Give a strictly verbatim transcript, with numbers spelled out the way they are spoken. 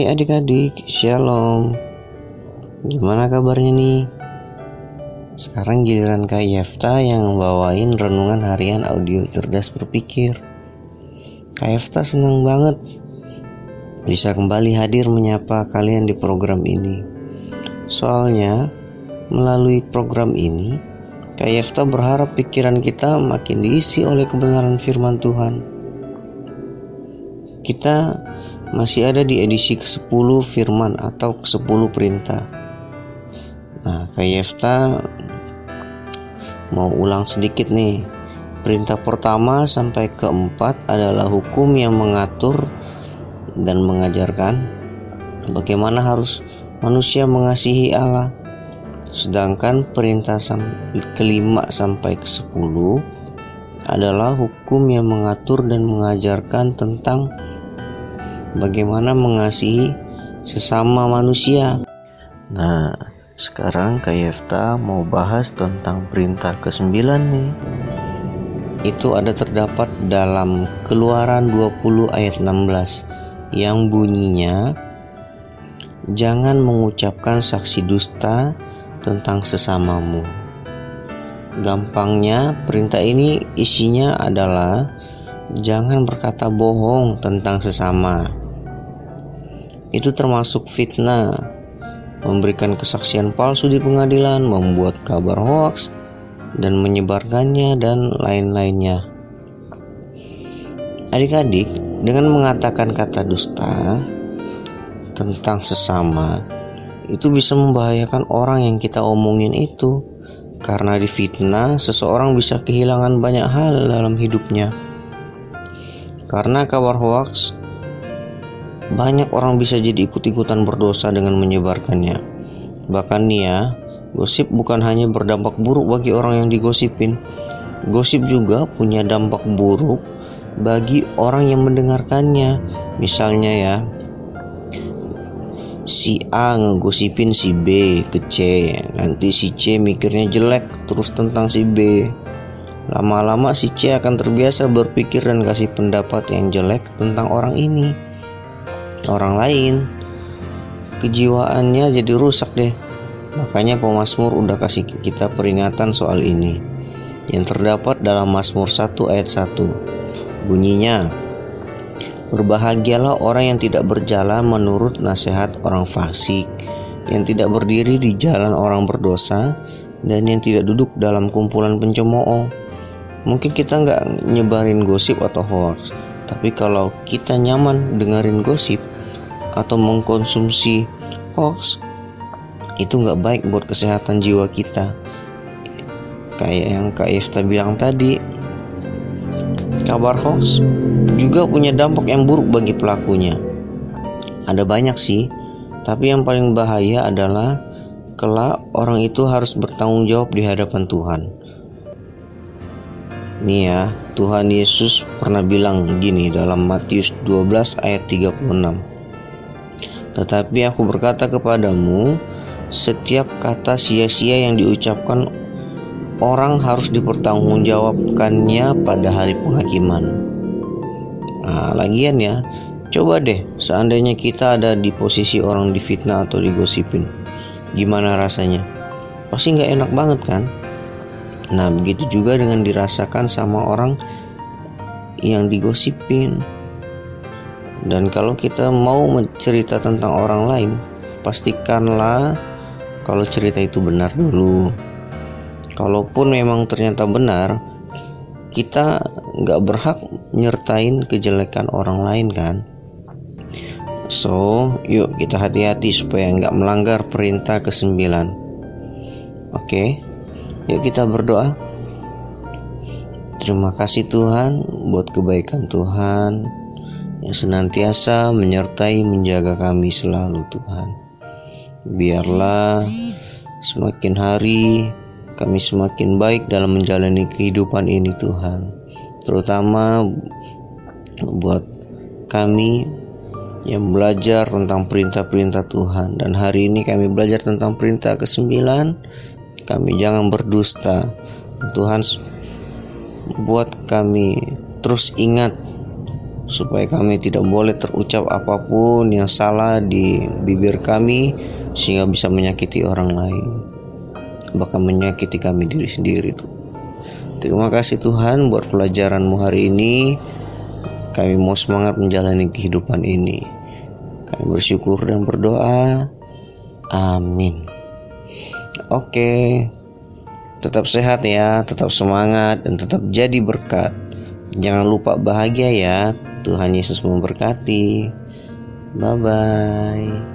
Hai adik-adik, shalom. Gimana kabarnya nih? Sekarang giliran Kak Yefta yang bawain renungan harian audio cerdas berpikir. Kak Yefta senang banget bisa kembali hadir menyapa kalian di program ini. Soalnya melalui program ini Kak Yefta berharap pikiran kita makin diisi oleh kebenaran firman Tuhan. Kita masih ada di edisi kesepuluh firman atau kesepuluh perintah. Nah, Kak Yefta mau ulang sedikit nih. Perintah pertama sampai keempat adalah hukum yang mengatur dan mengajarkan bagaimana harus manusia mengasihi Allah. Sedangkan perintah kelima sampai kesepuluh adalah hukum yang mengatur dan mengajarkan tentang bagaimana mengasihi sesama manusia. Nah, sekarang Kak Yefta mau bahas tentang perintah kesembilan nih. Itu ada terdapat dalam Keluaran dua puluh ayat enam belas yang bunyinya, jangan mengucapkan saksi dusta tentang sesamamu. Gampangnya perintah ini isinya adalah jangan berkata bohong tentang sesama. Itu termasuk fitnah, memberikan kesaksian palsu di pengadilan, membuat kabar hoaks, dan menyebarkannya, dan lain-lainnya. Adik-adik, dengan mengatakan kata dusta tentang sesama, itu bisa membahayakan orang yang kita omongin itu. Karena difitnah, seseorang bisa kehilangan banyak hal dalam hidupnya. Karena kabar hoaks, banyak orang bisa jadi ikut-ikutan berdosa dengan menyebarkannya. Bahkan nih ya, gosip bukan hanya berdampak buruk bagi orang yang digosipin. Gosip juga punya dampak buruk bagi orang yang mendengarkannya. Misalnya ya, si A ngegosipin si B ke C, nanti si C mikirnya jelek terus tentang si B. Lama-lama si C akan terbiasa berpikir dan kasih pendapat yang jelek tentang orang ini, orang lain. Kejiwaannya jadi rusak deh. Makanya pemazmur udah kasih kita peringatan soal ini, yang terdapat dalam Mazmur satu ayat satu. Bunyinya, berbahagialah orang yang tidak berjalan menurut nasihat orang fasik, yang tidak berdiri di jalan orang berdosa, dan yang tidak duduk dalam kumpulan pencemooh. Mungkin kita nggak nyebarin gosip atau hoax, tapi kalau kita nyaman dengerin gosip atau mengkonsumsi hoax, itu nggak baik buat kesehatan jiwa kita. Kayak yang Kak Yefta bilang tadi, kabar hoax juga punya dampak yang buruk bagi pelakunya. Ada banyak sih, tapi yang paling bahaya adalah kelak orang itu harus bertanggung jawab di hadapan Tuhan. Nih ya, Tuhan Yesus pernah bilang gini dalam Matius dua belas ayat tiga puluh enam. Tetapi aku berkata kepadamu, setiap kata sia-sia yang diucapkan orang harus dipertanggungjawabkannya pada hari penghakiman. Nah, lagian ya, coba deh seandainya kita ada di posisi orang difitnah atau digosipin, gimana rasanya? Pasti gak enak banget kan? Nah, begitu juga dengan dirasakan sama orang yang digosipin. Dan kalau kita mau mencerita tentang orang lain, pastikanlah kalau cerita itu benar dulu. Kalaupun memang ternyata benar, kita gak berhak nyertain kejelekan orang lain kan. So, yuk kita hati-hati supaya gak melanggar perintah kesembilan. Oke, yuk kita berdoa. Terima kasih Tuhan buat kebaikan Tuhan yang senantiasa menyertai menjaga kami selalu Tuhan. Biarlah semakin hari kami semakin baik dalam menjalani kehidupan ini Tuhan. Terutama buat kami yang belajar tentang perintah-perintah Tuhan. Dan hari ini kami belajar tentang perintah kesembilan, kami jangan berdusta. Tuhan buat kami terus ingat supaya kami tidak boleh terucap apapun yang salah di bibir kami sehingga bisa menyakiti orang lain, bahkan menyakiti kami diri sendiri tuh. Terima kasih Tuhan buat pelajaran-Mu hari ini. Kami mau semangat menjalani kehidupan ini. Kami bersyukur dan berdoa. Amin. Oke, tetap sehat ya, tetap semangat dan tetap jadi berkat. Jangan lupa bahagia ya. Tuhan Yesus memberkati. Bye-bye.